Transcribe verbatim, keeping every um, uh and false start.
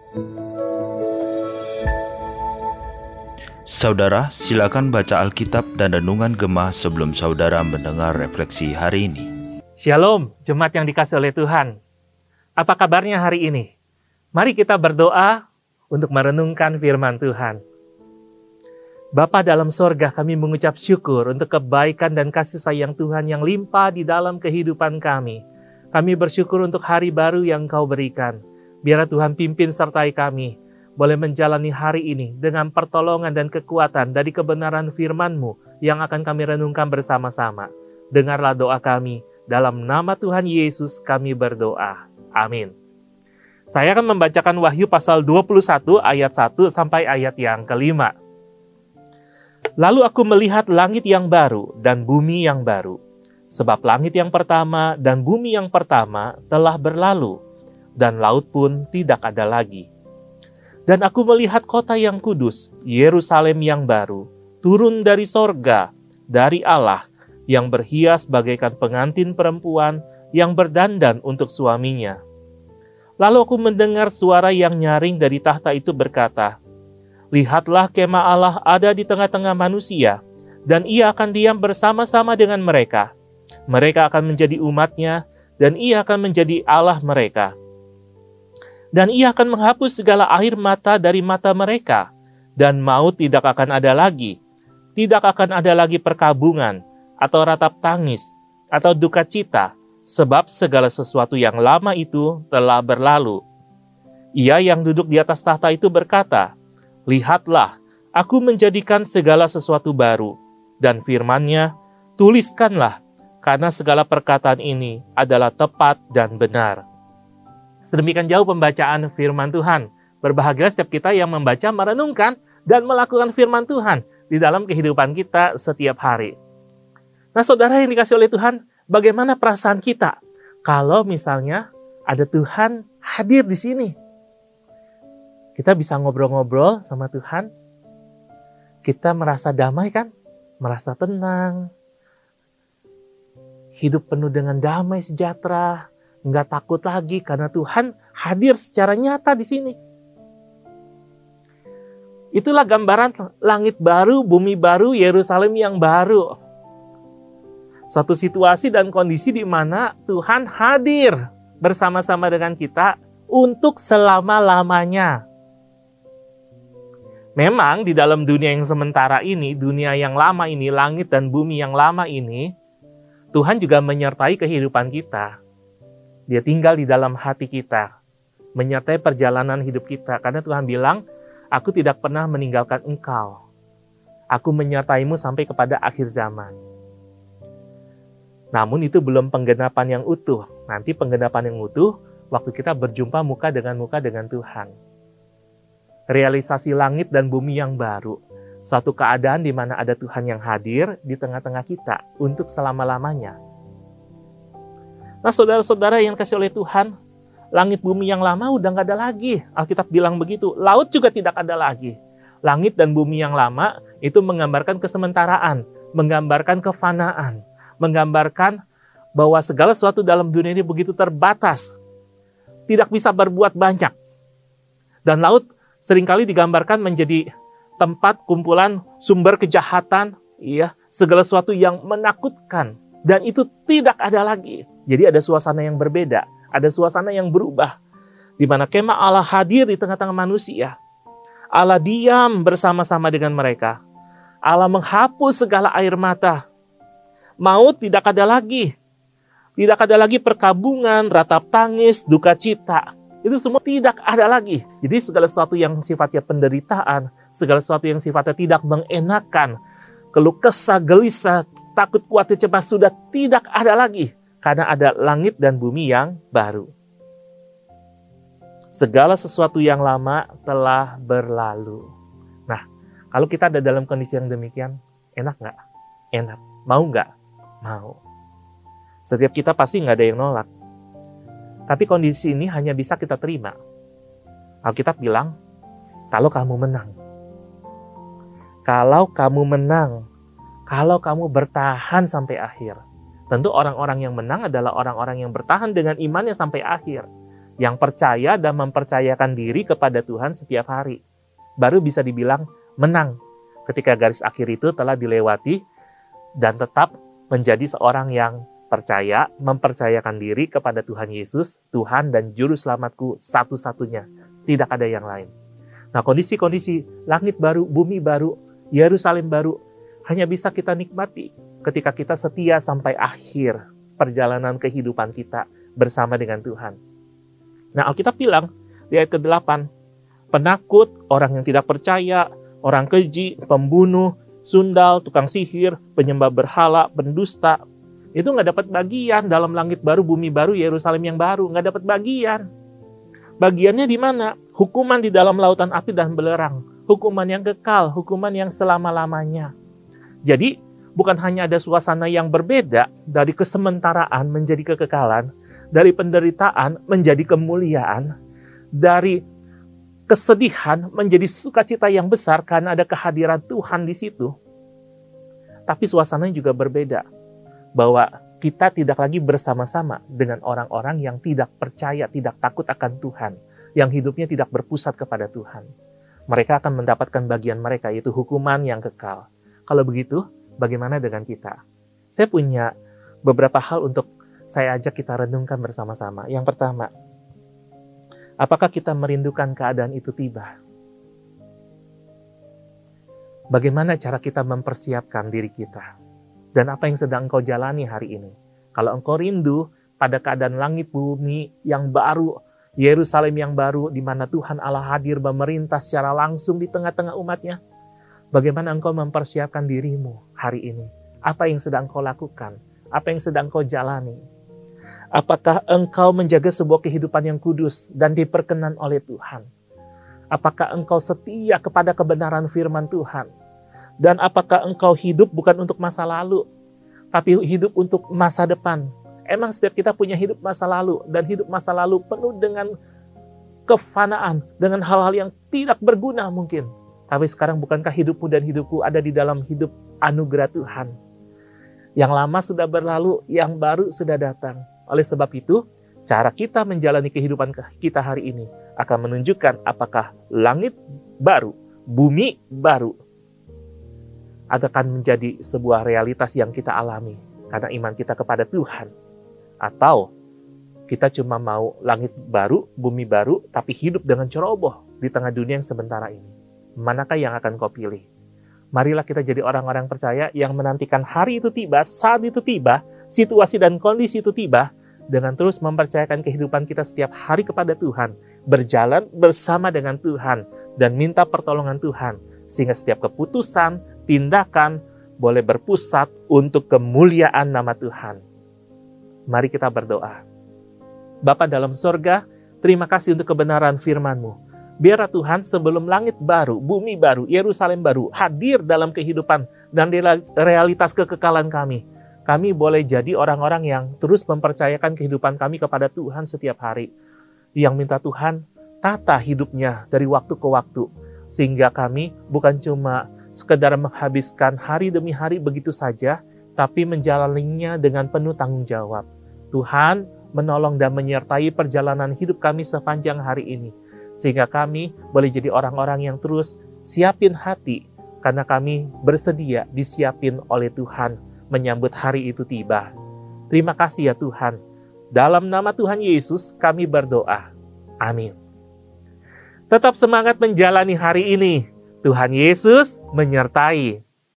Saudara, silakan baca Alkitab dan Renungan Gemah sebelum saudara mendengar refleksi hari ini. Shalom, jemaat yang dikasihi oleh Tuhan. Apa kabarnya hari ini? Mari kita berdoa untuk merenungkan firman Tuhan. Bapa dalam sorga, kami mengucap syukur untuk kebaikan dan kasih sayang Tuhan yang limpah di dalam kehidupan kami. Kami bersyukur untuk hari baru yang Kau berikan. Biar Tuhan pimpin sertai kami, boleh menjalani hari ini dengan pertolongan dan kekuatan dari kebenaran firman-Mu yang akan kami renungkan bersama-sama. Dengarlah doa kami, dalam nama Tuhan Yesus kami berdoa. Amin. Saya akan membacakan Wahyu pasal dua puluh satu ayat satu sampai ayat yang kelima. Lalu aku melihat langit yang baru dan bumi yang baru. Sebab langit yang pertama dan bumi yang pertama telah berlalu, dan laut pun tidak ada lagi. Dan aku melihat kota yang kudus, Yerusalem yang baru, turun dari sorga, dari Allah, yang berhias bagaikan pengantin perempuan yang berdandan untuk suaminya. Lalu aku mendengar suara yang nyaring dari tahta itu berkata, "Lihatlah kemah Allah ada di tengah-tengah manusia, dan ia akan diam bersama-sama dengan mereka. Mereka akan menjadi umat-Nya, dan ia akan menjadi Allah mereka. Dan ia akan menghapus segala air mata dari mata mereka, dan maut tidak akan ada lagi. Tidak akan ada lagi perkabungan, atau ratap tangis, atau duka cita, sebab segala sesuatu yang lama itu telah berlalu." Ia yang duduk di atas tahta itu berkata, "Lihatlah, aku menjadikan segala sesuatu baru." Dan firman-Nya, "Tuliskanlah, karena segala perkataan ini adalah tepat dan benar." Sedemikian jauh pembacaan firman Tuhan. Berbahagia setiap kita yang membaca, merenungkan, dan melakukan firman Tuhan di dalam kehidupan kita setiap hari. Nah, saudara yang dikasihi oleh Tuhan, bagaimana perasaan kita kalau misalnya ada Tuhan hadir di sini? Kita bisa ngobrol-ngobrol sama Tuhan. Kita merasa damai kan? Merasa tenang. Hidup penuh dengan damai sejahtera. Nggak takut lagi karena Tuhan hadir secara nyata di sini. Itulah gambaran langit baru, bumi baru, Yerusalem yang baru. Suatu situasi dan kondisi di mana Tuhan hadir bersama-sama dengan kita untuk selama-lamanya. Memang di dalam dunia yang sementara ini, dunia yang lama ini, langit dan bumi yang lama ini, Tuhan juga menyertai kehidupan kita. Dia tinggal di dalam hati kita, menyertai perjalanan hidup kita. Karena Tuhan bilang, "Aku tidak pernah meninggalkan engkau. Aku menyertaimu sampai kepada akhir zaman." Namun itu belum penggenapan yang utuh. Nanti penggenapan yang utuh, waktu kita berjumpa muka dengan muka dengan Tuhan. Realisasi langit dan bumi yang baru. Suatu keadaan di mana ada Tuhan yang hadir di tengah-tengah kita untuk selama-lamanya. Nah, saudara-saudara yang kasih oleh Tuhan, langit bumi yang lama udah nggak ada lagi. Alkitab bilang begitu. Laut juga tidak ada lagi. Langit dan bumi yang lama itu menggambarkan kesementaraan, menggambarkan kefanaan, menggambarkan bahwa segala sesuatu dalam dunia ini begitu terbatas, tidak bisa berbuat banyak. Dan laut seringkali digambarkan menjadi tempat kumpulan sumber kejahatan, ya, segala sesuatu yang menakutkan. Dan itu tidak ada lagi. Jadi ada suasana yang berbeda, ada suasana yang berubah. Di mana kemah Allah hadir di tengah-tengah manusia. Allah diam bersama-sama dengan mereka. Allah menghapus segala air mata. Maut tidak ada lagi. Tidak ada lagi perkabungan, ratap tangis, duka cita. Itu semua tidak ada lagi. Jadi segala sesuatu yang sifatnya penderitaan, segala sesuatu yang sifatnya tidak mengenakan, keluh kesah, gelisah, takut, khawatir, cemas sudah tidak ada lagi. Karena ada langit dan bumi yang baru. Segala sesuatu yang lama telah berlalu. Nah, kalau kita ada dalam kondisi yang demikian, enak nggak? Enak. Mau nggak? Mau. Setiap kita pasti nggak ada yang nolak. Tapi kondisi ini hanya bisa kita terima. Alkitab bilang, kalau kamu menang. Kalau kamu menang. Kalau kamu bertahan sampai akhir. Tentu orang-orang yang menang adalah orang-orang yang bertahan dengan imannya sampai akhir. yang percaya dan mempercayakan diri kepada Tuhan setiap hari. Baru bisa dibilang menang ketika garis akhir itu telah dilewati dan tetap menjadi seorang yang percaya, mempercayakan diri kepada Tuhan Yesus, Tuhan dan Juru Selamatku satu-satunya. Tidak ada yang lain. Nah, kondisi-kondisi langit baru, bumi baru, Yerusalem baru, hanya bisa kita nikmati ketika kita setia sampai akhir perjalanan kehidupan kita bersama dengan Tuhan. Nah, Alkitab bilang di ayat kedelapan, penakut, orang yang tidak percaya, orang keji, pembunuh, sundal, tukang sihir, penyembah berhala, pendusta, itu nggak dapat bagian dalam langit baru, bumi baru, Yerusalem yang baru, nggak dapat bagian. Bagiannya di mana? Hukuman di dalam lautan api dan belerang, hukuman yang kekal, hukuman yang selama-lamanya. Jadi, bukan hanya ada suasana yang berbeda dari kesementaraan menjadi kekekalan, dari penderitaan menjadi kemuliaan, dari kesedihan menjadi sukacita yang besar karena ada kehadiran Tuhan di situ. Tapi suasananya juga berbeda, bahwa kita tidak lagi bersama-sama dengan orang-orang yang tidak percaya, tidak takut akan Tuhan, yang hidupnya tidak berpusat kepada Tuhan. Mereka akan mendapatkan bagian mereka, yaitu hukuman yang kekal. Kalau begitu, bagaimana dengan kita? Saya punya beberapa hal untuk saya ajak kita renungkan bersama-sama. Yang pertama, apakah kita merindukan keadaan itu tiba? Bagaimana cara kita mempersiapkan diri kita? Dan apa yang sedang engkau jalani hari ini? Kalau engkau rindu pada keadaan langit bumi yang baru, Yerusalem yang baru, di mana Tuhan Allah hadir memerintah secara langsung di tengah-tengah umatnya, bagaimana engkau mempersiapkan dirimu hari ini? Apa yang sedang engkau lakukan? Apa yang sedang engkau jalani? Apakah engkau menjaga sebuah kehidupan yang kudus dan diperkenan oleh Tuhan? Apakah engkau setia kepada kebenaran firman Tuhan? Dan apakah engkau hidup bukan untuk masa lalu, tapi hidup untuk masa depan? Emang setiap kita punya hidup masa lalu, dan hidup masa lalu penuh dengan kefanaan, dengan hal-hal yang tidak berguna mungkin. Tapi sekarang bukankah hidupmu dan hidupku ada di dalam hidup anugerah Tuhan? Yang lama sudah berlalu, yang baru sudah datang. Oleh sebab itu, cara kita menjalani kehidupan kita hari ini akan menunjukkan apakah langit baru, bumi baru akan menjadi sebuah realitas yang kita alami karena iman kita kepada Tuhan. Atau kita cuma mau langit baru, bumi baru, tapi hidup dengan ceroboh di tengah dunia yang sementara ini. Manakah yang akan kau pilih? Marilah kita jadi orang-orang percaya yang menantikan hari itu tiba, saat itu tiba, situasi dan kondisi itu tiba, dengan terus mempercayakan kehidupan kita setiap hari kepada Tuhan, berjalan bersama dengan Tuhan, dan minta pertolongan Tuhan, sehingga setiap keputusan, tindakan, boleh berpusat untuk kemuliaan nama Tuhan. Mari kita berdoa. Bapa dalam sorga, terima kasih untuk kebenaran firman-Mu. Biarlah Tuhan sebelum langit baru, bumi baru, Yerusalem baru hadir dalam kehidupan dan realitas kekekalan kami. Kami boleh jadi orang-orang yang terus mempercayakan kehidupan kami kepada Tuhan setiap hari. Yang minta Tuhan tata hidupnya dari waktu ke waktu. Sehingga kami bukan cuma sekedar menghabiskan hari demi hari begitu saja, tapi menjalaninya dengan penuh tanggung jawab. Tuhan menolong dan menyertai perjalanan hidup kami sepanjang hari ini. Sehingga kami boleh jadi orang-orang yang terus siapin hati, karena kami bersedia disiapin oleh Tuhan menyambut hari itu tiba. Terima kasih ya Tuhan. Dalam nama Tuhan Yesus kami berdoa. Amin. Tetap semangat menjalani hari ini. Tuhan Yesus menyertai.